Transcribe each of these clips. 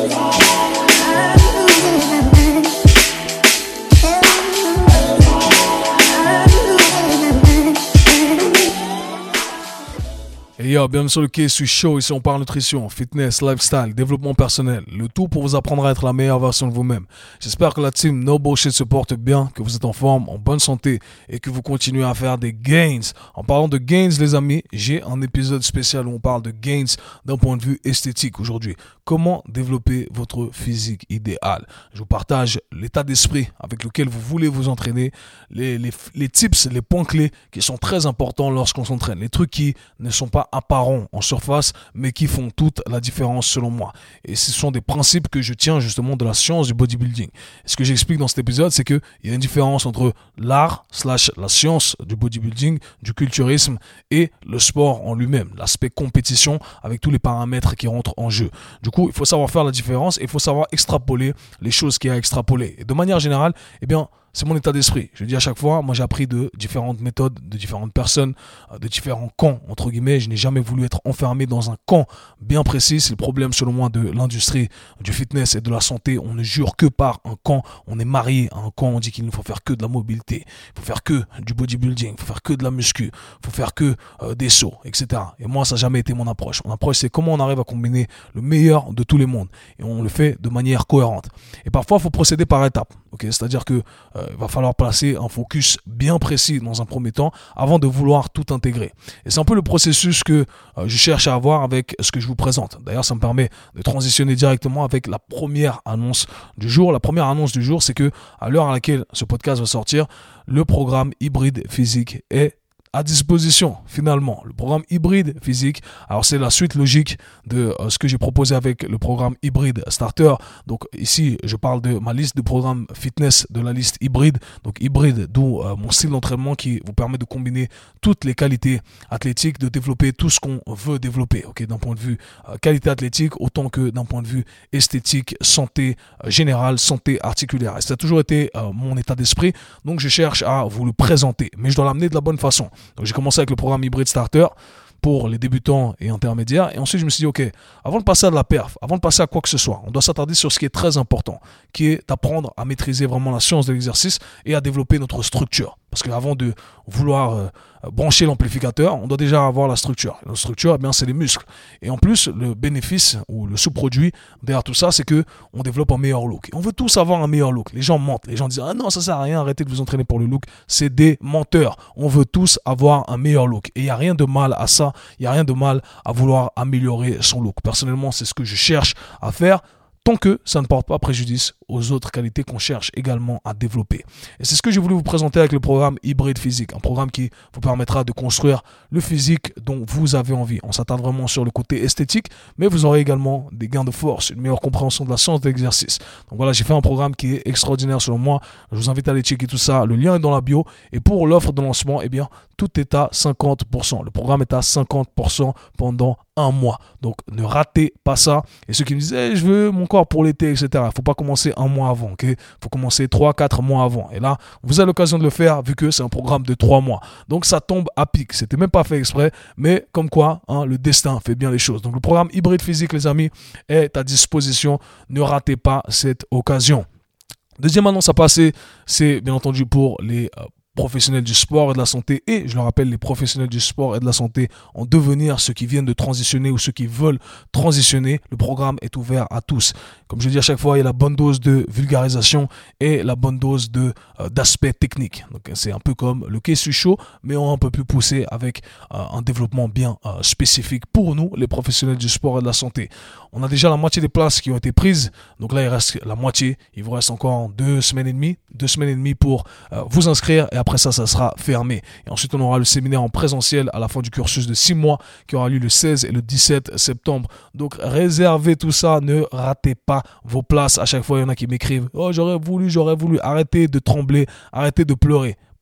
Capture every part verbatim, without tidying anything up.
Et yo, bienvenue sur le K-Sui Show. Ici on parle nutrition, fitness, lifestyle, développement personnel. Le tout pour vous apprendre à être la meilleure version de vous-même. J'espère que la team No Bullshit se porte bien, que vous êtes en forme, en bonne santé et que vous continuez à faire des gains. En parlant de gains, les amis, j'ai un épisode spécial où on parle de gains d'un point de vue esthétique aujourd'hui. Comment développer votre physique idéal. Je vous partage l'état d'esprit avec lequel vous voulez vous entraîner, les, les, les tips, les points clés qui sont très importants lorsqu'on s'entraîne, les trucs qui ne sont pas apparents en surface, mais qui font toute la différence selon moi. Et ce sont des principes que je tiens justement de la science du bodybuilding. Et ce que j'explique dans cet épisode, c'est qu'il y a une différence entre l'art slash la science du bodybuilding, du culturisme et le sport en lui-même, l'aspect compétition avec tous les paramètres qui rentrent en jeu. Du coup, il faut savoir faire la différence et il faut savoir extrapoler les choses qu'il y a à extrapoler. Et de manière générale, eh bien, c'est mon état d'esprit. Je dis à chaque fois, moi j'ai appris de différentes méthodes, de différentes personnes, de différents camps, entre guillemets. Je n'ai jamais voulu être enfermé dans un camp bien précis. C'est le problème selon moi de l'industrie du fitness et de la santé. On ne jure que par un camp. On est marié à un camp. On dit qu'il ne faut faire que de la mobilité. Il faut faire que du bodybuilding. Il faut faire que de la muscu. Il faut faire que euh, des sauts, et cetera. Et moi, ça n'a jamais été mon approche. Mon approche, c'est comment on arrive à combiner le meilleur de tous les mondes. Et on le fait de manière cohérente. Et parfois, il faut procéder par étapes. Okay, c'est-à-dire que euh, il va falloir placer un focus bien précis dans un premier temps avant de vouloir tout intégrer. Et c'est un peu le processus que euh, je cherche à avoir avec ce que je vous présente. D'ailleurs, ça me permet de transitionner directement avec la première annonce du jour. La première annonce du jour, c'est que à l'heure à laquelle ce podcast va sortir, le programme hybride physique est à disposition finalement. Le programme hybride physique, alors c'est la suite logique de euh, ce que j'ai proposé avec le programme hybride starter. Donc ici je parle de ma liste de programmes fitness, de la liste hybride. Donc hybride, d'où euh, mon style d'entraînement qui vous permet de combiner toutes les qualités athlétiques, de développer tout ce qu'on veut développer, ok, d'un point de vue euh, qualité athlétique autant que d'un point de vue esthétique, santé euh, générale, santé articulaire. Et ça a toujours été euh, mon état d'esprit, donc je cherche à vous le présenter, mais je dois l'amener de la bonne façon. Donc j'ai commencé avec le programme Hybrid Starter pour les débutants et intermédiaires. Et ensuite, je me suis dit, OK, avant de passer à de la perf, avant de passer à quoi que ce soit, on doit s'attarder sur ce qui est très important, qui est d'apprendre à maîtriser vraiment la science de l'exercice et à développer notre structure. Parce qu'avant de vouloir euh, brancher l'amplificateur, on doit déjà avoir la structure. Et la structure, eh bien, c'est les muscles. Et en plus, le bénéfice ou le sous-produit derrière tout ça, c'est que on développe un meilleur look. Et on veut tous avoir un meilleur look. Les gens mentent. Les gens disent, ah non, ça sert à rien, arrêtez de vous entraîner pour le look. C'est des menteurs. On veut tous avoir un meilleur look. Et il n'y a rien de mal à ça. Il n'y a rien de mal à vouloir améliorer son look. Personnellement, c'est ce que je cherche à faire, tant que ça ne porte pas préjudice aux autres qualités qu'on cherche également à développer. Et c'est ce que j'ai voulu vous présenter avec le programme Hybride Physique, un programme qui vous permettra de construire le physique dont vous avez envie. On s'attarde vraiment sur le côté esthétique, mais vous aurez également des gains de force, une meilleure compréhension de la science de l'exercice. Donc voilà, j'ai fait un programme qui est extraordinaire selon moi. Je vous invite à aller checker tout ça. Le lien est dans la bio. Et pour l'offre de lancement, eh bien, tout est à cinquante pour cent. Le programme est à cinquante pour cent pendant un mois. Donc ne ratez pas ça. Et ceux qui me disent hey, je veux mon corps pour l'été, et cetera. Il ne faut pas commencer un mois avant. Il okay? faut commencer trois quatre mois avant. Et là, vous avez l'occasion de le faire vu que c'est un programme de trois mois. Donc ça tombe à pic. C'était même pas fait exprès. Mais comme quoi, hein, le destin fait bien les choses. Donc le programme Hybride Physique, les amis, est à disposition. Ne ratez pas cette occasion. Deuxième annonce à passer, c'est bien entendu pour les euh, professionnels du sport et de la santé et, je le rappelle, les professionnels du sport et de la santé en devenir, ceux qui viennent de transitionner ou ceux qui veulent transitionner. Le programme est ouvert à tous. Comme je dis à chaque fois, il y a la bonne dose de vulgarisation et la bonne dose de euh, d'aspect technique. Donc c'est un peu comme le K-Sui Show, mais on a un peu plus poussé avec euh, un développement bien euh, spécifique pour nous, les professionnels du sport et de la santé. On a déjà la moitié des places qui ont été prises. Donc là, il reste la moitié. Il vous reste encore deux semaines et demie, deux semaines et demie pour euh, vous inscrire et après ça, ça sera fermé. Et ensuite, on aura le séminaire en présentiel à la fin du cursus de six mois qui aura lieu le seize et le dix-sept septembre. Donc, réservez tout ça. Ne ratez pas vos places. À chaque fois, il y en a qui m'écrivent « Oh, j'aurais voulu, j'aurais voulu. » Arrêtez de trembler. Arrêtez de pleurer.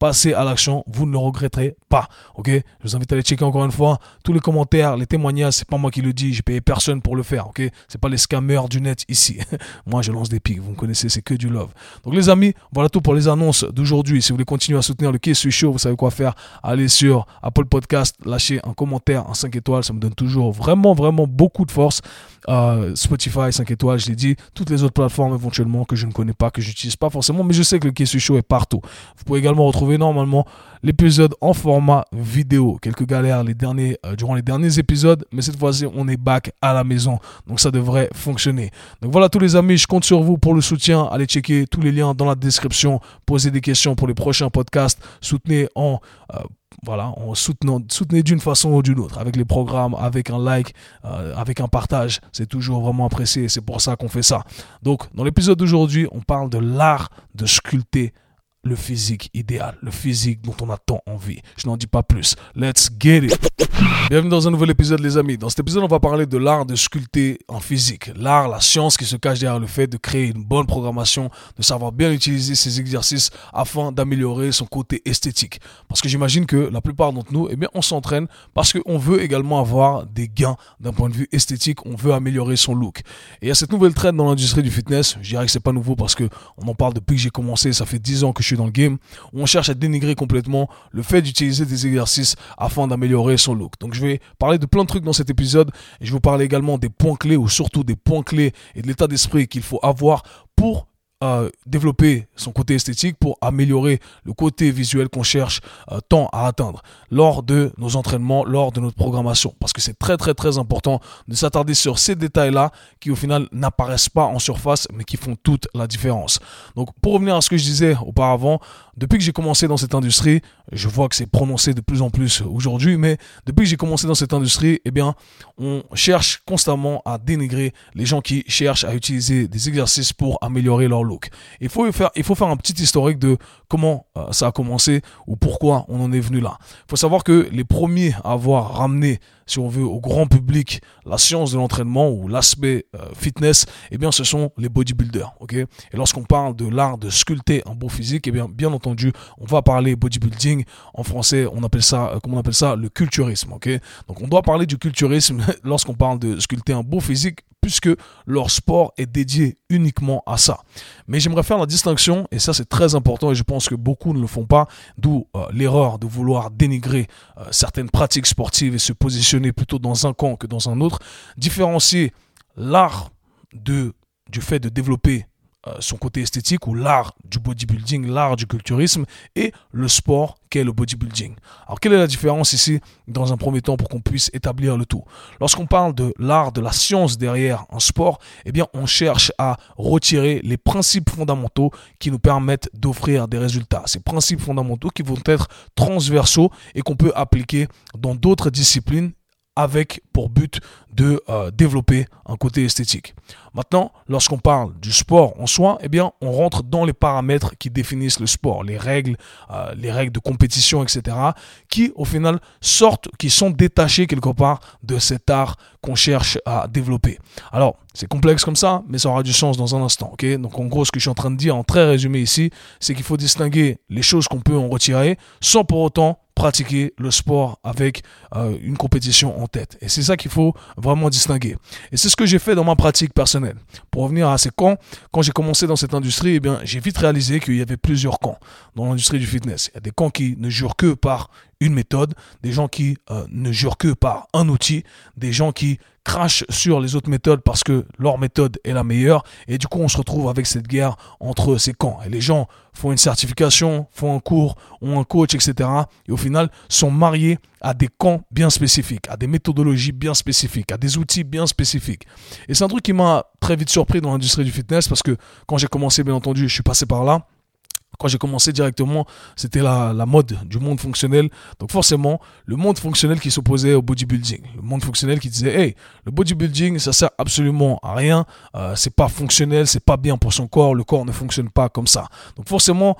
passez à l'action, vous ne le regretterez pas. Ok, je vous invite à aller checker encore une fois tous les commentaires, les témoignages. C'est pas moi qui le dis, j'ai payé personne pour le faire. Ok, c'est pas les scammers du net ici. Moi, je lance des pics. Vous me connaissez, c'est que du love. Donc les amis, voilà tout pour les annonces d'aujourd'hui. Si vous voulez continuer à soutenir le K-Sui Show, vous savez quoi faire. Allez sur Apple Podcast, lâchez un commentaire, un cinq étoiles, ça me donne toujours vraiment, vraiment beaucoup de force. Euh, Spotify, cinq étoiles, je l'ai dit. Toutes les autres plateformes éventuellement que je ne connais pas, que j'utilise pas forcément, mais je sais que le K-Sui Show est partout. Vous pouvez également retrouver normalement l'épisode en format vidéo. Quelques galères les derniers, euh, durant les derniers épisodes, mais cette fois-ci, on est back à la maison. Donc ça devrait fonctionner. Donc voilà tous les amis, je compte sur vous pour le soutien. Allez checker tous les liens dans la description. Posez des questions pour les prochains podcasts. Soutenez en... Euh, Voilà, en soutenant, soutenez d'une façon ou d'une autre, avec les programmes, avec un like, euh, avec un partage. C'est toujours vraiment apprécié et c'est pour ça qu'on fait ça. Donc, dans l'épisode d'aujourd'hui, on parle de l'art de sculpter le physique idéal, le physique dont on a tant envie. Je n'en dis pas plus. Let's get it. Bienvenue dans un nouvel épisode les amis. Dans cet épisode, on va parler de l'art de sculpter en physique. L'art, la science qui se cache derrière le fait de créer une bonne programmation, de savoir bien utiliser ses exercices afin d'améliorer son côté esthétique. Parce que j'imagine que la plupart d'entre nous, eh bien, on s'entraîne parce qu'on veut également avoir des gains d'un point de vue esthétique. On veut améliorer son look. Et il y a cette nouvelle trend dans l'industrie du fitness. Je dirais que c'est pas nouveau parce que on en parle depuis que j'ai commencé. Ça fait dix ans que je suis dans le game, où on cherche à dénigrer complètement le fait d'utiliser des exercices afin d'améliorer son look. Donc je vais parler de plein de trucs dans cet épisode et je vais vous parler également des points clés ou surtout des points clés et de l'état d'esprit qu'il faut avoir pour Euh, développer son côté esthétique, pour améliorer le côté visuel qu'on cherche euh, tant à atteindre lors de nos entraînements, lors de notre programmation. Parce que c'est très très très important de s'attarder sur ces détails-là qui au final n'apparaissent pas en surface mais qui font toute la différence. Donc pour revenir à ce que je disais auparavant, depuis que j'ai commencé dans cette industrie, je vois que c'est prononcé de plus en plus aujourd'hui, mais depuis que j'ai commencé dans cette industrie, eh bien, on cherche constamment à dénigrer les gens qui cherchent à utiliser des exercices pour améliorer leur look. Il faut faire, il faut faire un petit historique de comment euh, ça a commencé ou pourquoi on en est venu là. Il faut savoir que les premiers à avoir ramené, si on veut, au grand public la science de l'entraînement ou l'aspect euh, fitness, eh bien, ce sont les bodybuilders, ok? Et lorsqu'on parle de l'art de sculpter un beau physique, eh bien, bien entendu, on va parler bodybuilding. En français, on appelle ça, euh, comment on appelle ça, le culturisme, ok? Donc, on doit parler du culturisme lorsqu'on parle de sculpter un beau physique, puisque leur sport est dédié uniquement à ça. Mais j'aimerais faire la distinction, et ça c'est très important, et je pense que beaucoup ne le font pas, d'où euh, l'erreur de vouloir dénigrer euh, certaines pratiques sportives et se positionner plutôt dans un camp que dans un autre. Différencier l'art de, du fait de développer euh, son côté esthétique ou l'art du bodybuilding, l'art du culturisme et le sport qu'est le bodybuilding. Alors quelle est la différence ici dans un premier temps pour qu'on puisse établir le tout? Lorsqu'on parle de l'art, de la science derrière un sport, eh bien on cherche à retirer les principes fondamentaux qui nous permettent d'offrir des résultats. Ces principes fondamentaux qui vont être transversaux et qu'on peut appliquer dans d'autres disciplines avec pour but de euh, développer un côté esthétique. Maintenant, lorsqu'on parle du sport en soi, eh bien, on rentre dans les paramètres qui définissent le sport, les règles, euh, les règles de compétition, et cetera, qui au final sortent, qui sont détachées quelque part de cet art qu'on cherche à développer. Alors, c'est complexe comme ça, mais ça aura du sens dans un instant, ok? Donc, en gros, ce que je suis en train de dire en très résumé ici, c'est qu'il faut distinguer les choses qu'on peut en retirer sans pour autant pratiquer le sport avec euh, une compétition en tête. Et c'est ça qu'il faut vraiment distinguer. Et c'est ce que j'ai fait dans ma pratique personnelle. Pour revenir à ces camps, quand j'ai commencé dans cette industrie, eh bien, j'ai vite réalisé qu'il y avait plusieurs camps dans l'industrie du fitness. Il y a des camps qui ne jurent que par une méthode, des gens qui euh, ne jurent que par un outil, des gens qui crachent sur les autres méthodes parce que leur méthode est la meilleure, et du coup on se retrouve avec cette guerre entre ces camps. Et les gens font une certification, font un cours, ont un coach, et cetera. Et au final sont mariés à des camps bien spécifiques, à des méthodologies bien spécifiques, à des outils bien spécifiques. Et c'est un truc qui m'a très vite surpris dans l'industrie du fitness parce que quand j'ai commencé, bien entendu, je suis passé par là. Quand j'ai commencé directement, c'était la, la mode du monde fonctionnel. Donc forcément, le monde fonctionnel qui s'opposait au bodybuilding. Le monde fonctionnel qui disait, hey, le bodybuilding, ça sert absolument à rien. Euh, c'est pas fonctionnel, c'est pas bien pour son corps. Le corps ne fonctionne pas comme ça. Donc forcément,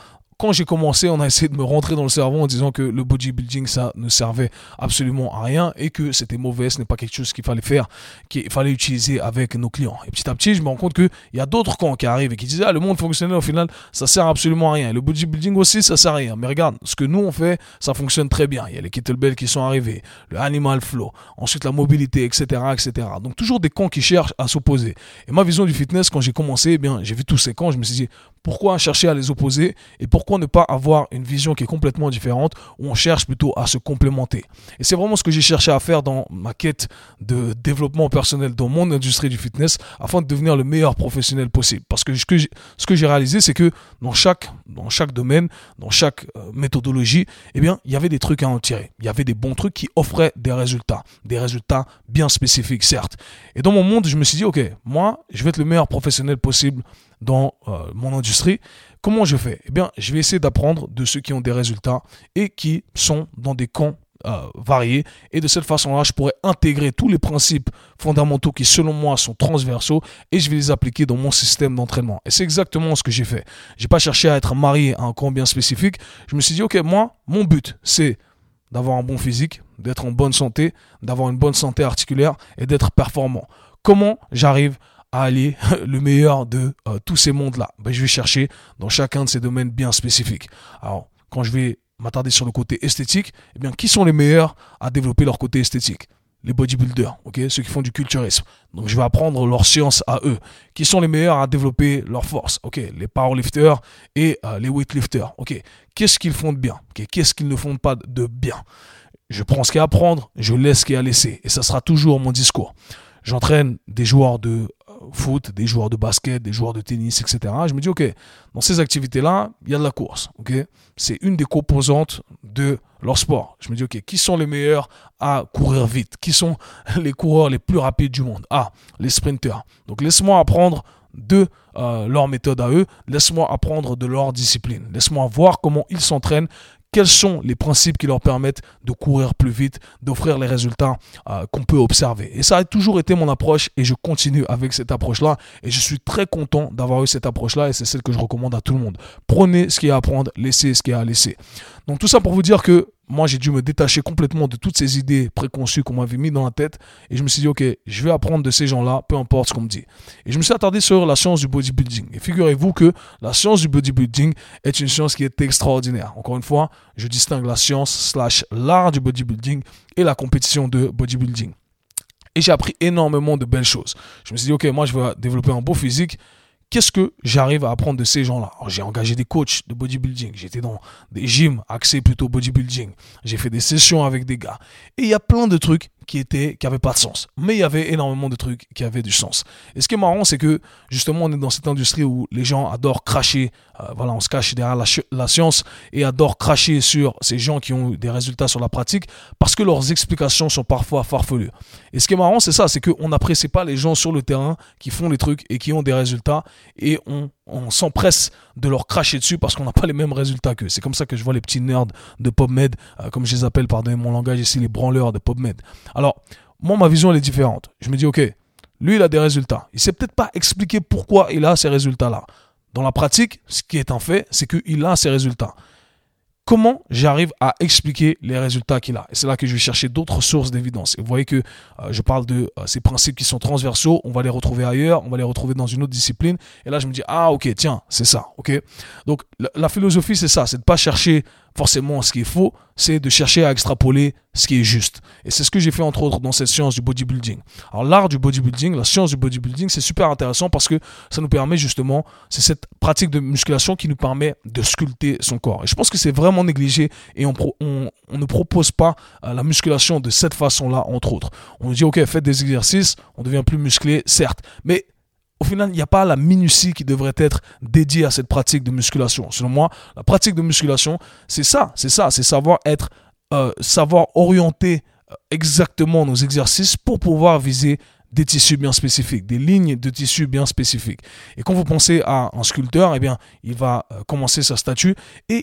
quand j'ai commencé, on a essayé de me rentrer dans le cerveau en disant que le bodybuilding, ça ne servait absolument à rien et que c'était mauvais, ce n'est pas quelque chose qu'il fallait faire, qu'il fallait utiliser avec nos clients. Et petit à petit, je me rends compte qu'il y a d'autres camps qui arrivent et qui disent ah, le monde fonctionnel, au final, ça sert absolument à rien. Et le bodybuilding aussi, ça sert à rien. Mais regarde, ce que nous, on fait, ça fonctionne très bien. Il y a les kettlebells qui sont arrivés, le animal flow, ensuite la mobilité, et cetera, et cetera. Donc, toujours des camps qui cherchent à s'opposer. Et ma vision du fitness, quand j'ai commencé, eh bien, j'ai vu tous ces camps, je me suis dit, pourquoi chercher à les opposer et pourquoi ne pas avoir une vision qui est complètement différente où on cherche plutôt à se complémenter. Et c'est vraiment ce que j'ai cherché à faire dans ma quête de développement personnel dans mon industrie du fitness afin de devenir le meilleur professionnel possible. Parce que ce que j'ai, ce que j'ai réalisé, c'est que dans chaque, dans chaque domaine, dans chaque euh, méthodologie, eh bien, il y avait des trucs à en tirer. Il y avait des bons trucs qui offraient des résultats, des résultats bien spécifiques, certes. Et dans mon monde, je me suis dit, ok, moi, je vais être le meilleur professionnel possible dans euh, mon industrie. Comment je fais? Eh bien, je vais essayer d'apprendre de ceux qui ont des résultats et qui sont dans des camps euh, variés. Et de cette façon-là, je pourrais intégrer tous les principes fondamentaux qui, selon moi, sont transversaux et je vais les appliquer dans mon système d'entraînement. Et c'est exactement ce que j'ai fait. J'ai pas cherché à être marié à un camp bien spécifique. Je me suis dit, ok, moi, mon but, c'est d'avoir un bon physique, d'être en bonne santé, d'avoir une bonne santé articulaire et d'être performant. Comment j'arrive à aller le meilleur de euh, tous ces mondes-là? Ben, je vais chercher dans chacun de ces domaines bien spécifiques. Alors, quand je vais m'attarder sur le côté esthétique, eh bien, qui sont les meilleurs à développer leur côté esthétique? Les bodybuilders, ok, ceux qui font du culturisme. Donc, je vais apprendre leur science à eux. Qui sont les meilleurs à développer leur force? Ok, les powerlifters et euh, les weightlifters. Ok, qu'est-ce qu'ils font de bien? Ok, qu'est-ce qu'ils ne font pas de bien? Je prends ce qu'il y a à prendre, je laisse ce qu'il y a à laisser. Et ça sera toujours mon discours. J'entraîne des joueurs de foot, des joueurs de basket, des joueurs de tennis, et cetera. Je me dis, ok, dans ces activités-là, il y a de la course. Ok, c'est une des composantes de leur sport. Je me dis, ok, qui sont les meilleurs à courir vite? Qui sont les coureurs les plus rapides du monde? Ah, les sprinteurs. Donc, laisse-moi apprendre de euh, leur méthode à eux. Laisse-moi apprendre de leur discipline. Laisse-moi voir comment ils s'entraînent. Quels sont les principes qui leur permettent de courir plus vite, d'offrir les résultats euh, qu'on peut observer. Et ça a toujours été mon approche et je continue avec cette approche-là. Et je suis très content d'avoir eu cette approche-là et c'est celle que je recommande à tout le monde. Prenez ce qu'il y a à prendre, laissez ce qu'il y a à laisser. Donc tout ça pour vous dire que moi, j'ai dû me détacher complètement de toutes ces idées préconçues qu'on m'avait mis dans la tête. Et je me suis dit, ok, je vais apprendre de ces gens-là, peu importe ce qu'on me dit. Et je me suis attardé sur la science du bodybuilding. Et figurez-vous que la science du bodybuilding est une science qui est extraordinaire. Encore une fois, je distingue la science slash l'art du bodybuilding et la compétition de bodybuilding. Et j'ai appris énormément de belles choses. Je me suis dit, ok, moi, je vais développer un beau physique. Qu'est-ce que j'arrive à apprendre de ces gens-là? Alors, j'ai engagé des coachs de bodybuilding. J'étais dans des gyms axés plutôt bodybuilding. J'ai fait des sessions avec des gars. Et il y a plein de trucs qui étaient, qui avaient pas de sens. Mais il y avait énormément de trucs qui avaient du sens. Et ce qui est marrant, c'est que, justement, on est dans cette industrie où les gens adorent cracher. Euh, voilà, on se cache derrière la, la science et adorent cracher sur ces gens qui ont eu des résultats sur la pratique parce que leurs explications sont parfois farfelues. Et ce qui est marrant, c'est ça, c'est qu'on n'apprécie pas les gens sur le terrain qui font les trucs et qui ont des résultats et on, on s'empresse de leur cracher dessus parce qu'on n'a pas les mêmes résultats qu'eux. C'est comme ça que je vois les petits nerds de PubMed, euh, comme je les appelle, pardonnez mon langage ici, les branleurs de PubMed. Alors, moi, ma vision, elle est différente. Je me dis, ok, lui, il a des résultats. Il ne sait peut-être pas expliquer pourquoi il a ces résultats-là. Dans la pratique, ce qui est un fait, c'est qu'il a ces résultats. Comment j'arrive à expliquer les résultats qu'il a? Et c'est là que je vais chercher d'autres sources d'évidence. Et vous voyez que euh, je parle de euh, ces principes qui sont transversaux. On va les retrouver ailleurs, on va les retrouver dans une autre discipline. Et là, je me dis, ah ok, tiens, c'est ça. Ok. Donc, la, la philosophie, c'est ça. C'est de ne pas chercher forcément ce qui est faux, c'est de chercher à extrapoler ce qui est juste. Et c'est ce que j'ai fait entre autres dans cette science du bodybuilding. Alors l'art du bodybuilding, la science du bodybuilding, c'est super intéressant parce que ça nous permet justement, c'est cette pratique de musculation qui nous permet de sculpter son corps. Et je pense que c'est vraiment négligé et on, pro, on, on ne propose pas euh, la musculation de cette façon-là, entre autres. On nous dit, ok, faites des exercices, on devient plus musclé, certes, mais au final, il n'y a pas la minutie qui devrait être dédiée à cette pratique de musculation. Selon moi, la pratique de musculation, c'est ça, c'est ça, c'est savoir être, euh, savoir orienter exactement nos exercices pour pouvoir viser des tissus bien spécifiques, des lignes de tissus bien spécifiques. Et quand vous pensez à un sculpteur, eh bien, il va commencer sa statue et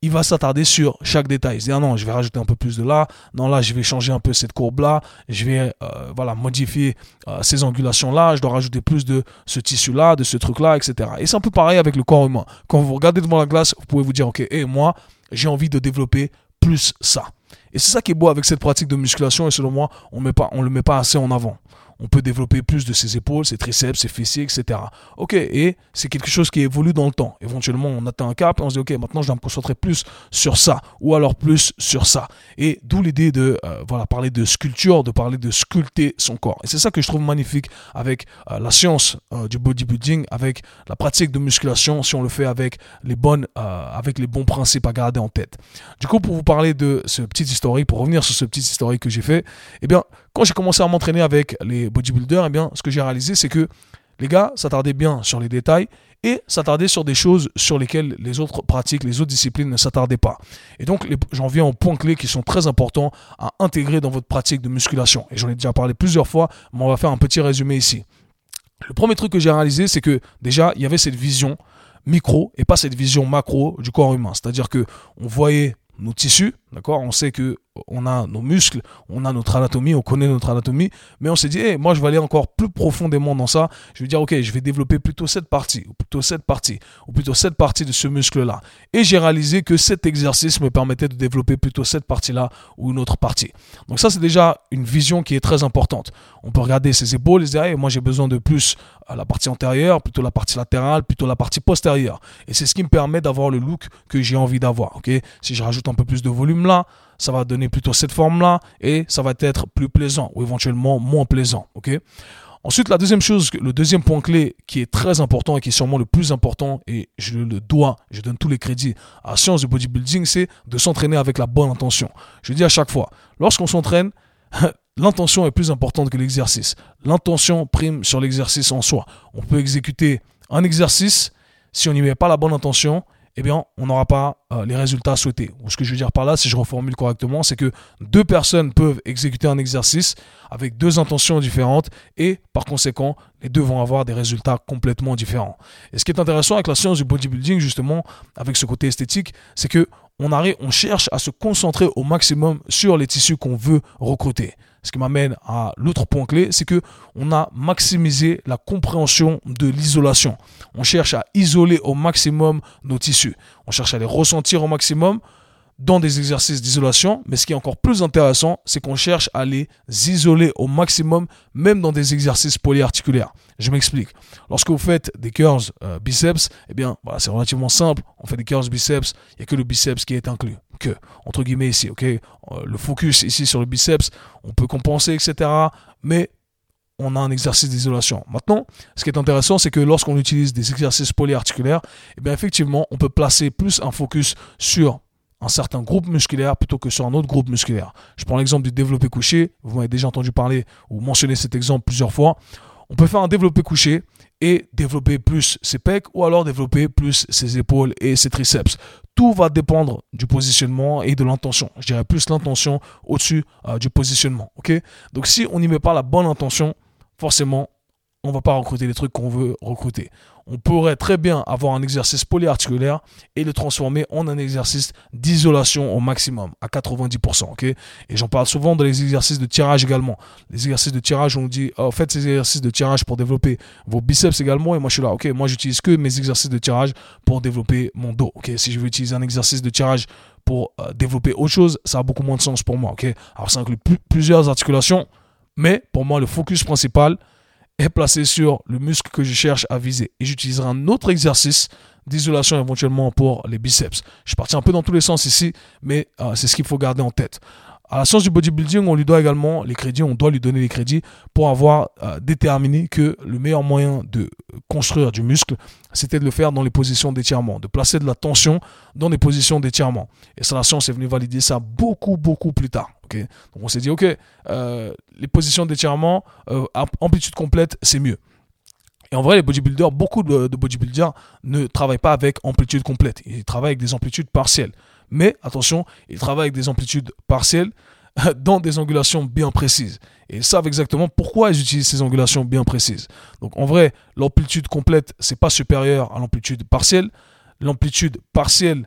il va s'attarder sur chaque détail. Il se dit, ah non, je vais rajouter un peu plus de là. Non, là, je vais changer un peu cette courbe-là. Je vais euh, voilà, modifier euh, ces angulations-là. Je dois rajouter plus de ce tissu-là, de ce truc-là, et cetera. Et c'est un peu pareil avec le corps humain. Quand vous regardez devant la glace, vous pouvez vous dire, ok, et moi, j'ai envie de développer plus ça. Et c'est ça qui est beau avec cette pratique de musculation. Et selon moi, on ne le met pas assez en avant. On peut développer plus de ses épaules, ses triceps, ses fessiers, et cetera. Ok, et c'est quelque chose qui évolue dans le temps. Éventuellement, on atteint un cap et on se dit, ok, maintenant je dois me concentrer plus sur ça, ou alors plus sur ça. Et d'où l'idée de euh, voilà, parler de sculpture, de parler de sculpter son corps. Et c'est ça que je trouve magnifique avec euh, la science euh, du bodybuilding, avec la pratique de musculation, si on le fait avec les, bonnes, euh, avec les bons principes à garder en tête. Du coup, pour vous parler de ce petit historique, pour revenir sur ce petit historique que j'ai fait, eh bien, quand j'ai commencé à m'entraîner avec les bodybuilders, eh bien, ce que j'ai réalisé, c'est que les gars s'attardaient bien sur les détails et s'attardaient sur des choses sur lesquelles les autres pratiques, les autres disciplines ne s'attardaient pas. Et donc, les, j'en viens aux points clés qui sont très importants à intégrer dans votre pratique de musculation. Et j'en ai déjà parlé plusieurs fois, mais on va faire un petit résumé ici. Le premier truc que j'ai réalisé, c'est que déjà, il y avait cette vision micro et pas cette vision macro du corps humain. C'est-à-dire que on voyait nos tissus, d'accord, on sait que on a nos muscles, on a notre anatomie, on connaît notre anatomie, mais on s'est dit, hey, moi je vais aller encore plus profondément dans ça, je vais dire, ok, je vais développer plutôt cette partie, ou plutôt cette partie, ou plutôt cette partie de ce muscle-là. Et j'ai réalisé que cet exercice me permettait de développer plutôt cette partie-là ou une autre partie. Donc ça, c'est déjà une vision qui est très importante. On peut regarder ses épaules et se dire, hey, moi j'ai besoin de plus à la partie antérieure, plutôt la partie latérale, plutôt la partie postérieure. Et c'est ce qui me permet d'avoir le look que j'ai envie d'avoir. Okay, si je rajoute un peu plus de volume là, ça va donner plutôt cette forme-là et ça va être plus plaisant ou éventuellement moins plaisant. Okay. Ensuite, la deuxième chose, le deuxième point clé qui est très important et qui est sûrement le plus important, et je le dois, je donne tous les crédits à la science du bodybuilding, c'est de s'entraîner avec la bonne intention. Je dis à chaque fois, lorsqu'on s'entraîne, l'intention est plus importante que l'exercice. L'intention prime sur l'exercice en soi. On peut exécuter un exercice, si on n'y met pas la bonne intention, eh bien, on n'aura pas euh, les résultats souhaités. Ou ce que je veux dire par là, si je reformule correctement, c'est que deux personnes peuvent exécuter un exercice avec deux intentions différentes et par conséquent, les deux vont avoir des résultats complètement différents. Et ce qui est intéressant avec la science du bodybuilding, justement, avec ce côté esthétique, c'est que on arrive, on cherche à se concentrer au maximum sur les tissus qu'on veut recruter. Ce qui m'amène à l'autre point clé, c'est que on a maximisé la compréhension de l'isolation. On cherche à isoler au maximum nos tissus. On cherche à les ressentir au maximum dans des exercices d'isolation. Mais ce qui est encore plus intéressant, c'est qu'on cherche à les isoler au maximum, même dans des exercices polyarticulaires. Je m'explique. Lorsque vous faites des curls euh, biceps, eh bien, voilà, c'est relativement simple. On fait des curls biceps, il n'y a que le biceps qui est inclus. Que, entre guillemets ici, ok, euh, le focus ici sur le biceps, on peut compenser, et cetera. Mais on a un exercice d'isolation. Maintenant, ce qui est intéressant, c'est que lorsqu'on utilise des exercices polyarticulaires, eh bien, effectivement, on peut placer plus un focus sur un certain groupe musculaire plutôt que sur un autre groupe musculaire. Je prends l'exemple du développé couché. Vous m'avez déjà entendu parler ou mentionner cet exemple plusieurs fois. On peut faire un développé couché et développer plus ses pecs ou alors développer plus ses épaules et ses triceps. Tout va dépendre du positionnement et de l'intention. Je dirais plus l'intention au-dessus euh, du positionnement. Okay. Donc si on n'y met pas la bonne intention, forcément, on ne va pas recruter les trucs qu'on veut recruter. On pourrait très bien avoir un exercice polyarticulaire et le transformer en un exercice d'isolation au maximum, à quatre-vingt-dix pour cent. Okay, et j'en parle souvent dans les exercices de tirage également. Les exercices de tirage, on dit, oh, faites ces exercices de tirage pour développer vos biceps également. Et moi, je suis là, ok, moi, j'utilise que mes exercices de tirage pour développer mon dos. Okay, si je veux utiliser un exercice de tirage pour euh, développer autre chose, ça a beaucoup moins de sens pour moi. Okay, alors, ça inclut plus, plusieurs articulations, mais pour moi, le focus principal est placé sur le muscle que je cherche à viser. Et j'utiliserai un autre exercice d'isolation éventuellement pour les biceps. Je suis parti un peu dans tous les sens ici, mais euh, c'est ce qu'il faut garder en tête. À la science du bodybuilding, on lui doit également les crédits, on doit lui donner les crédits pour avoir euh, déterminé que le meilleur moyen de construire du muscle, c'était de le faire dans les positions d'étirement, de placer de la tension dans les positions d'étirement. Et ça, la science est venue valider ça beaucoup, beaucoup plus tard. Okay, donc on s'est dit, ok, euh, les positions d'étirement, euh, amplitude complète, c'est mieux. Et en vrai, les bodybuilders, beaucoup de, de bodybuilders ne travaillent pas avec amplitude complète. Ils travaillent avec des amplitudes partielles. Mais attention, ils travaillent avec des amplitudes partielles dans des angulations bien précises. Et ils savent exactement pourquoi ils utilisent ces angulations bien précises. Donc en vrai, l'amplitude complète, c'est pas supérieur à l'amplitude partielle. L'amplitude partielle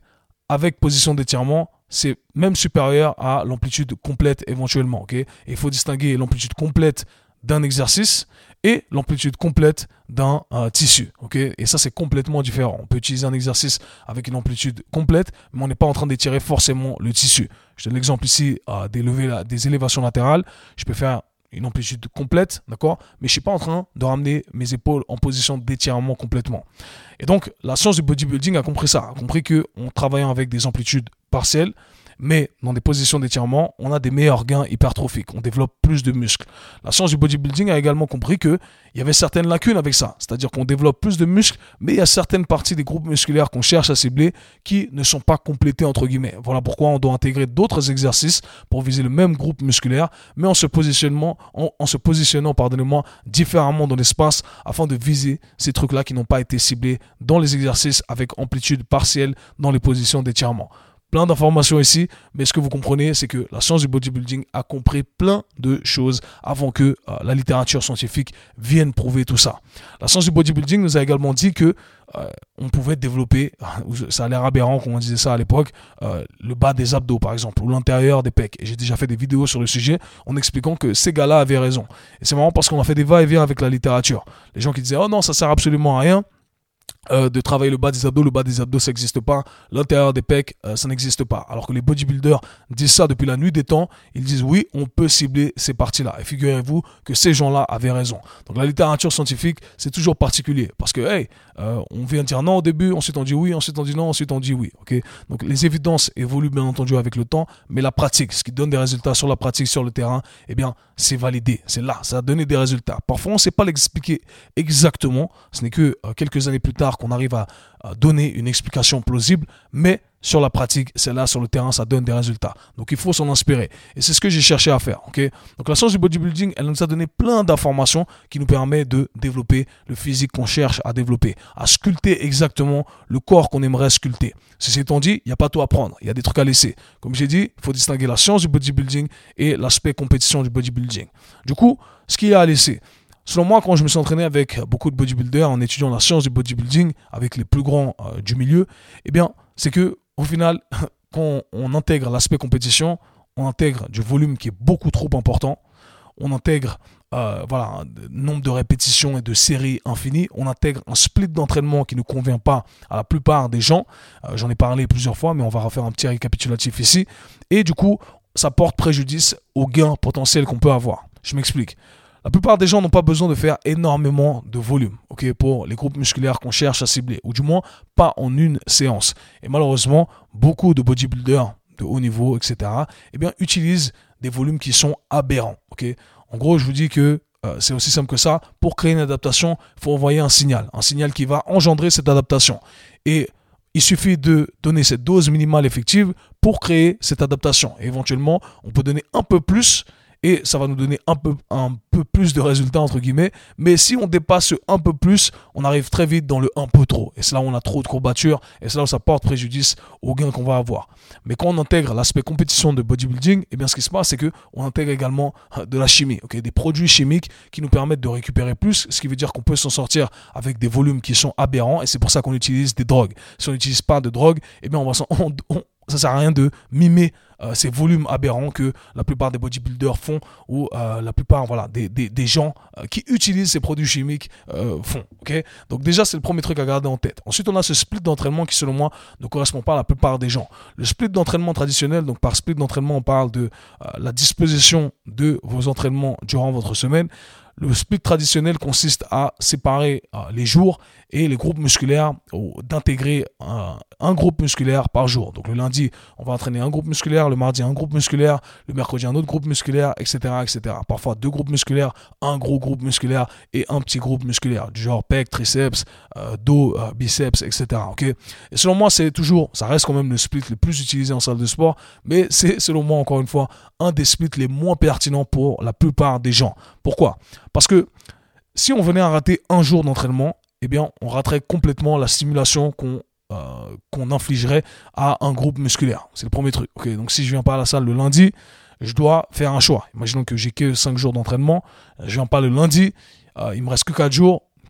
avec position d'étirement, c'est même supérieur à l'amplitude complète éventuellement. Okay, et il faut distinguer l'amplitude complète d'un exercice et l'amplitude complète d'un euh, tissu. Okay, et ça, c'est complètement différent. On peut utiliser un exercice avec une amplitude complète, mais on n'est pas en train d'étirer forcément le tissu. Je donne l'exemple ici euh, des, levées, des élévations latérales. Je peux faire une amplitude complète, d'accord, mais je ne suis pas en train de ramener mes épaules en position d'étirement complètement. Et donc, la science du bodybuilding a compris ça, a compris qu'en travaillant avec des amplitudes partielles, mais dans des positions d'étirement, on a des meilleurs gains hypertrophiques, on développe plus de muscles. La science du bodybuilding a également compris qu'il y avait certaines lacunes avec ça, c'est-à-dire qu'on développe plus de muscles, mais il y a certaines parties des groupes musculaires qu'on cherche à cibler qui ne sont pas complétées entre guillemets. Voilà pourquoi on doit intégrer d'autres exercices pour viser le même groupe musculaire, mais en se positionnant, en, en se positionnant pardonnez-moi, différemment dans l'espace afin de viser ces trucs-là qui n'ont pas été ciblés dans les exercices avec amplitude partielle dans les positions d'étirement. Plein d'informations ici, mais ce que vous comprenez, c'est que la science du bodybuilding a compris plein de choses avant que euh, la littérature scientifique vienne prouver tout ça. La science du bodybuilding nous a également dit que euh, on pouvait développer, ça a l'air aberrant quand on disait ça à l'époque, euh, le bas des abdos par exemple, ou l'intérieur des pecs. Et j'ai déjà fait des vidéos sur le sujet en expliquant que ces gars-là avaient raison. Et c'est marrant parce qu'on a fait des va-et-vient avec la littérature. Les gens qui disaient « Oh non, ça sert absolument à rien ». Euh, de travailler le bas des abdos, le bas des abdos ça n'existe pas, l'intérieur des pecs euh, ça n'existe pas, alors que les bodybuilders disent ça depuis la nuit des temps, ils disent oui on peut cibler ces parties là, et figurez-vous que ces gens là avaient raison. Donc la littérature scientifique c'est toujours particulier, parce que hey, euh, on vient dire non au début, ensuite on dit oui, ensuite on dit non, ensuite on dit oui, ok. Donc les évidences évoluent bien entendu avec le temps, mais la pratique, ce qui donne des résultats sur la pratique, sur le terrain, eh bien c'est validé, c'est là, ça a donné des résultats. Parfois on ne sait pas l'expliquer exactement, ce n'est que euh, quelques années plus tard qu'on arrive à, à donner une explication plausible, mais sur la pratique, c'est là, sur le terrain, ça donne des résultats. Donc il faut s'en inspirer. Et c'est ce que j'ai cherché à faire. Okay, donc la science du bodybuilding, elle nous a donné plein d'informations qui nous permettent de développer le physique qu'on cherche à développer, à sculpter exactement le corps qu'on aimerait sculpter. Ceci étant dit, il n'y a pas tout à prendre, il y a des trucs à laisser. Comme j'ai dit, il faut distinguer la science du bodybuilding et l'aspect compétition du bodybuilding. Du coup, ce qu'il y a à laisser, selon moi, quand je me suis entraîné avec beaucoup de bodybuilders en étudiant la science du bodybuilding avec les plus grands euh, du milieu, eh bien, c'est que au final, quand on intègre l'aspect compétition, on intègre du volume qui est beaucoup trop important, on intègre euh, voilà, un nombre de répétitions et de séries infinies, on intègre un split d'entraînement qui ne convient pas à la plupart des gens. Euh, j'en ai parlé plusieurs fois, mais on va refaire un petit récapitulatif ici. Et du coup, ça porte préjudice aux gains potentiels qu'on peut avoir. Je m'explique. La plupart des gens n'ont pas besoin de faire énormément de volume, okay, pour les groupes musculaires qu'on cherche à cibler, ou du moins pas en une séance. Et malheureusement, beaucoup de bodybuilders de haut niveau, et cetera, eh bien, utilisent des volumes qui sont aberrants. Okay. En gros, je vous dis que euh, c'est aussi simple que ça. Pour créer une adaptation, il faut envoyer un signal, un signal qui va engendrer cette adaptation. Et il suffit de donner cette dose minimale effective pour créer cette adaptation. Et éventuellement, on peut donner un peu plus et ça va nous donner un peu, un peu plus de résultats entre guillemets, mais si on dépasse ce un peu plus, on arrive très vite dans le un peu trop, et c'est là où on a trop de courbatures, et c'est là où ça porte préjudice au gain qu'on va avoir. Mais quand on intègre l'aspect compétition de bodybuilding, eh bien ce qui se passe c'est qu'on intègre également de la chimie, okay, des produits chimiques qui nous permettent de récupérer plus, ce qui veut dire qu'on peut s'en sortir avec des volumes qui sont aberrants, et c'est pour ça qu'on utilise des drogues. Si on n'utilise pas de drogue, eh bien on va s'en... On, on, ça sert à rien de mimer euh, ces volumes aberrants que la plupart des bodybuilders font ou euh, la plupart voilà, des, des, des gens euh, qui utilisent ces produits chimiques euh, font. Okay, donc déjà, c'est le premier truc à garder en tête. Ensuite, on a ce split d'entraînement qui, selon moi, ne correspond pas à la plupart des gens. Le split d'entraînement traditionnel, donc par split d'entraînement, on parle de euh, la disposition de vos entraînements durant votre semaine. Le split traditionnel consiste à séparer euh, les jours et les groupes musculaires, ou d'intégrer un, un groupe musculaire par jour. Donc le lundi, on va entraîner un groupe musculaire, le mardi un groupe musculaire, le mercredi un autre groupe musculaire, et cetera, et cetera. Parfois deux groupes musculaires, un gros groupe musculaire et un petit groupe musculaire, du genre pec, triceps, euh, dos, euh, biceps, et cetera. Okay, et selon moi, c'est toujours, ça reste quand même le split le plus utilisé en salle de sport, mais c'est selon moi encore une fois un des splits les moins pertinents pour la plupart des gens. Pourquoi ? Parce que si on venait à rater un jour d'entraînement, eh bien, on raterait complètement la stimulation qu'on euh, qu'on infligerait à un groupe musculaire. C'est le premier truc. Okay, donc si je viens pas à la salle le lundi, je dois faire un choix. Imaginons que j'ai que cinq jours d'entraînement, je viens pas le lundi, euh, il me reste que quatre jours, qu'est-ce que je fais ?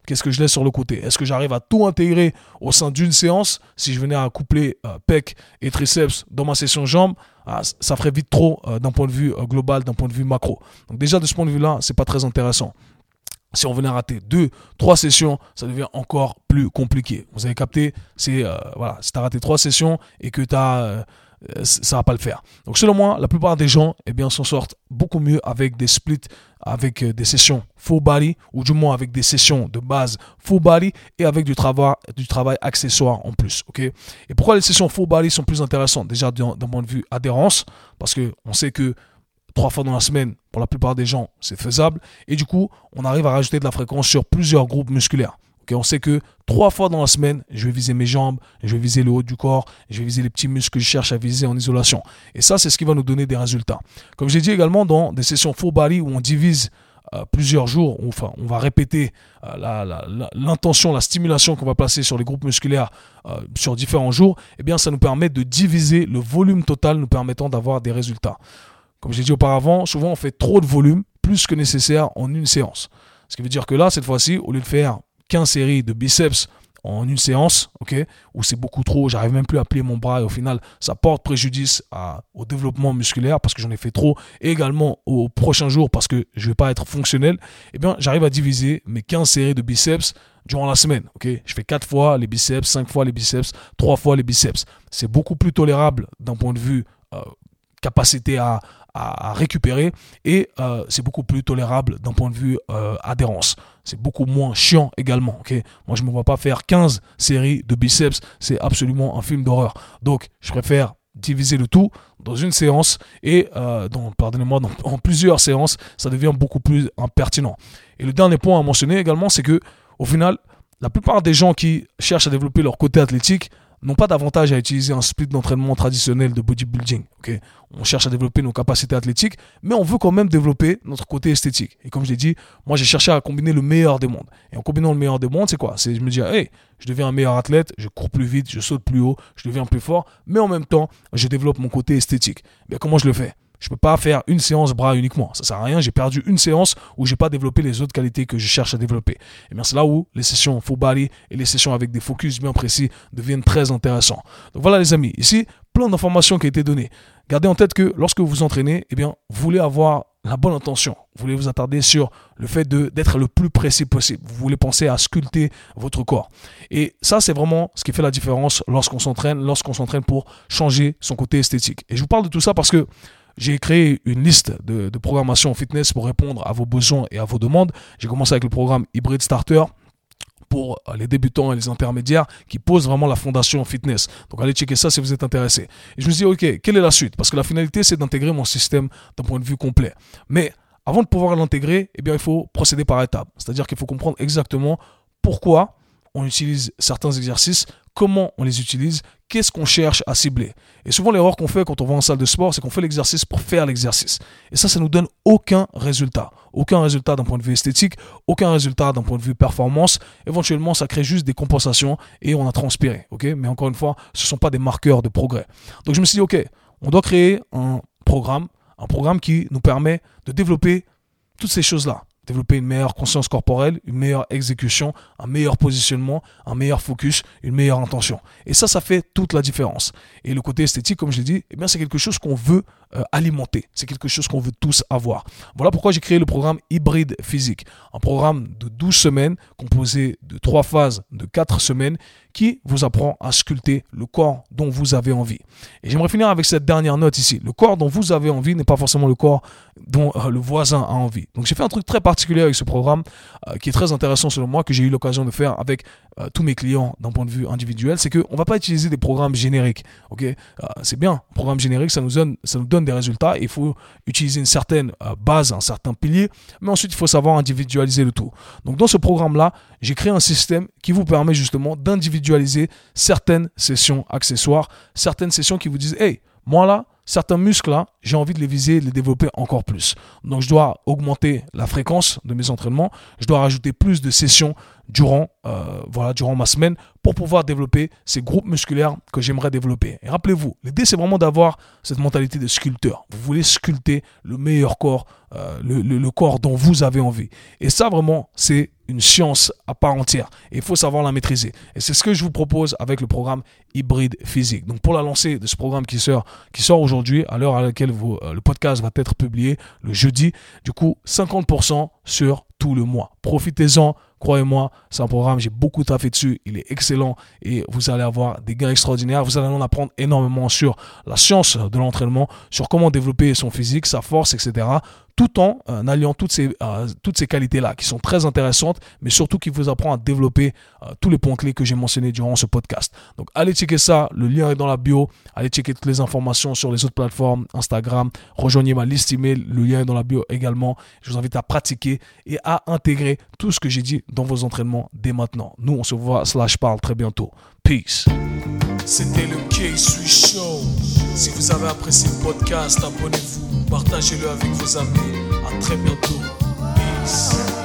qu'est-ce que je laisse sur le côté? Est-ce que j'arrive à tout intégrer au sein d'une séance? Si je venais à coupler euh, pec et triceps dans ma session jambes, ah, ça ferait vite trop euh, d'un point de vue euh, global, d'un point de vue macro. Donc déjà de ce point de vue-là, c'est pas très intéressant. Si on venait à rater deux, trois sessions, ça devient encore plus compliqué. Vous avez capté, c'est euh, voilà, si tu as raté trois sessions et que tu as euh, ça va pas le faire. Donc selon moi, la plupart des gens eh bien, s'en sortent beaucoup mieux avec des splits, avec des sessions full body, ou du moins avec des sessions de base full body et avec du travail, du travail accessoire en plus. Okay? Et pourquoi les sessions full body sont plus intéressantes? Déjà d'un point de vue adhérence, parce qu'on sait que trois fois dans la semaine, pour la plupart des gens, c'est faisable. Et du coup, on arrive à rajouter de la fréquence sur plusieurs groupes musculaires. Okay, on sait que trois fois dans la semaine, je vais viser mes jambes, je vais viser le haut du corps, je vais viser les petits muscles que je cherche à viser en isolation. Et ça, c'est ce qui va nous donner des résultats. Comme j'ai dit également, dans des sessions full body où on divise euh, plusieurs jours, enfin, on va répéter euh, la, la, la, l'intention, la stimulation qu'on va placer sur les groupes musculaires euh, sur différents jours, eh bien, ça nous permet de diviser le volume total, nous permettant d'avoir des résultats. Comme j'ai dit auparavant, souvent on fait trop de volume, plus que nécessaire en une séance. Ce qui veut dire que là, cette fois-ci, au lieu de faire quinze séries de biceps en une séance, ok, où c'est beaucoup trop, j'arrive même plus à plier mon bras et au final, ça porte préjudice à, au développement musculaire parce que j'en ai fait trop et également au prochain jour parce que je vais pas être fonctionnel, eh bien, j'arrive à diviser mes quinze séries de biceps durant la semaine, ok. Je fais quatre fois les biceps, cinq fois les biceps, trois fois les biceps. C'est beaucoup plus tolérable d'un point de vue euh, capacité à, à, à récupérer et euh, c'est beaucoup plus tolérable d'un point de vue euh, adhérence. C'est beaucoup moins chiant également. Okay, moi, je ne me vois pas faire quinze séries de biceps. C'est absolument un film d'horreur. Donc, je préfère diviser le tout dans une séance et, euh, dans, pardonnez-moi, dans, en plusieurs séances. Ça devient beaucoup plus impertinent. Et le dernier point à mentionner également, c'est que au final, la plupart des gens qui cherchent à développer leur côté athlétique n'ont pas d'avantage à utiliser un split d'entraînement traditionnel de bodybuilding. Okay, on cherche à développer nos capacités athlétiques, mais on veut quand même développer notre côté esthétique. Et comme je l'ai dit, moi j'ai cherché à combiner le meilleur des mondes. Et en combinant le meilleur des mondes, c'est quoi? C'est je me dis, hey, je deviens un meilleur athlète, je cours plus vite, je saute plus haut, je deviens plus fort, mais en même temps, je développe mon côté esthétique. Mais comment je le fais? Je ne peux pas faire une séance bras uniquement. Ça ne sert à rien. J'ai perdu une séance où je n'ai pas développé les autres qualités que je cherche à développer. Et bien c'est là où les sessions full body et les sessions avec des focus bien précis deviennent très intéressants. Donc voilà les amis, ici, plein d'informations qui ont été données. Gardez en tête que lorsque vous vous entraînez, eh bien, vous voulez avoir la bonne intention. Vous voulez vous attarder sur le fait de, d'être le plus précis possible. Vous voulez penser à sculpter votre corps. Et ça, c'est vraiment ce qui fait la différence lorsqu'on s'entraîne, lorsqu'on s'entraîne pour changer son côté esthétique. Et je vous parle de tout ça parce que j'ai créé une liste de, de programmation fitness pour répondre à vos besoins et à vos demandes. J'ai commencé avec le programme Hybrid Starter pour les débutants et les intermédiaires qui posent vraiment la fondation fitness. Donc allez checker ça si vous êtes intéressé. Et je me suis dit, ok, quelle est la suite? Parce que la finalité, c'est d'intégrer mon système d'un point de vue complet. Mais avant de pouvoir l'intégrer, eh bien, il faut procéder par étapes. C'est-à-dire qu'il faut comprendre exactement pourquoi on utilise certains exercices, comment on les utilise, qu'est-ce qu'on cherche à cibler. Et souvent, l'erreur qu'on fait quand on va en salle de sport, c'est qu'on fait l'exercice pour faire l'exercice. Et ça, ça nous donne aucun résultat. Aucun résultat d'un point de vue esthétique, aucun résultat d'un point de vue performance. Éventuellement, ça crée juste des compensations et on a transpiré. Okay, mais encore une fois, ce ne sont pas des marqueurs de progrès. Donc, je me suis dit, OK, on doit créer un programme, un programme qui nous permet de développer toutes ces choses-là. Développer une meilleure conscience corporelle, une meilleure exécution, un meilleur positionnement, un meilleur focus, une meilleure intention. Et ça, ça fait toute la différence. Et le côté esthétique, comme je l'ai dit, eh bien, c'est quelque chose qu'on veut euh, alimenter. C'est quelque chose qu'on veut tous avoir. Voilà pourquoi j'ai créé le programme Hybride Physique. Un programme de douze semaines, composé de trois phases de quatre semaines, qui vous apprend à sculpter le corps dont vous avez envie. Et j'aimerais finir avec cette dernière note ici. Le corps dont vous avez envie n'est pas forcément le corps dont euh, le voisin a envie. Donc j'ai fait un truc très particulier avec ce programme euh, qui est très intéressant selon moi, que j'ai eu l'occasion de faire avec euh, tous mes clients d'un point de vue individuel. C'est qu'on ne va pas utiliser des programmes génériques. Okay, euh, c'est bien, un programme générique, ça nous donne, ça nous donne des résultats. Il faut utiliser une certaine euh, base, un certain pilier, mais ensuite il faut savoir individualiser le tout. Donc dans ce programme-là, j'ai créé un système qui vous permet justement d'individualiser certaines sessions accessoires, certaines sessions qui vous disent « Hey, moi là, certains muscles là, j'ai envie de les viser, de les développer encore plus. Donc je dois augmenter la fréquence de mes entraînements, je dois rajouter plus de sessions durant, euh, voilà, durant ma semaine pour pouvoir développer ces groupes musculaires que j'aimerais développer. Et rappelez-vous, l'idée c'est vraiment d'avoir cette mentalité de sculpteur. Vous voulez sculpter le meilleur corps, euh, le, le, le corps dont vous avez envie. Et ça vraiment, c'est une science à part entière et il faut savoir la maîtriser. Et c'est ce que je vous propose avec le programme Hybride Physique. Donc pour la lancée de ce programme qui sort, qui sort aujourd'hui, à l'heure à laquelle vous, euh, le podcast va être publié, le jeudi, du coup cinquante pour cent sur tout le mois. Profitez-en, croyez-moi, c'est un programme, j'ai beaucoup taffé dessus, il est excellent et vous allez avoir des gains extraordinaires. Vous allez en apprendre énormément sur la science de l'entraînement, sur comment développer son physique, sa force, et cetera, tout en euh, alliant toutes ces, euh, toutes ces qualités-là qui sont très intéressantes, mais surtout qui vous apprend à développer euh, tous les points clés que j'ai mentionnés durant ce podcast. Donc allez checker ça, le lien est dans la bio, allez checker toutes les informations sur les autres plateformes, Instagram, rejoignez ma liste email, le lien est dans la bio également. Je vous invite à pratiquer et à intégrer tout ce que j'ai dit dans vos entraînements dès maintenant. Nous, on se voit slash parle très bientôt. Peace. C'était le K-Swiss Show. Si vous avez apprécié le podcast, abonnez-vous, partagez-le avec vos amis. À très bientôt. Peace.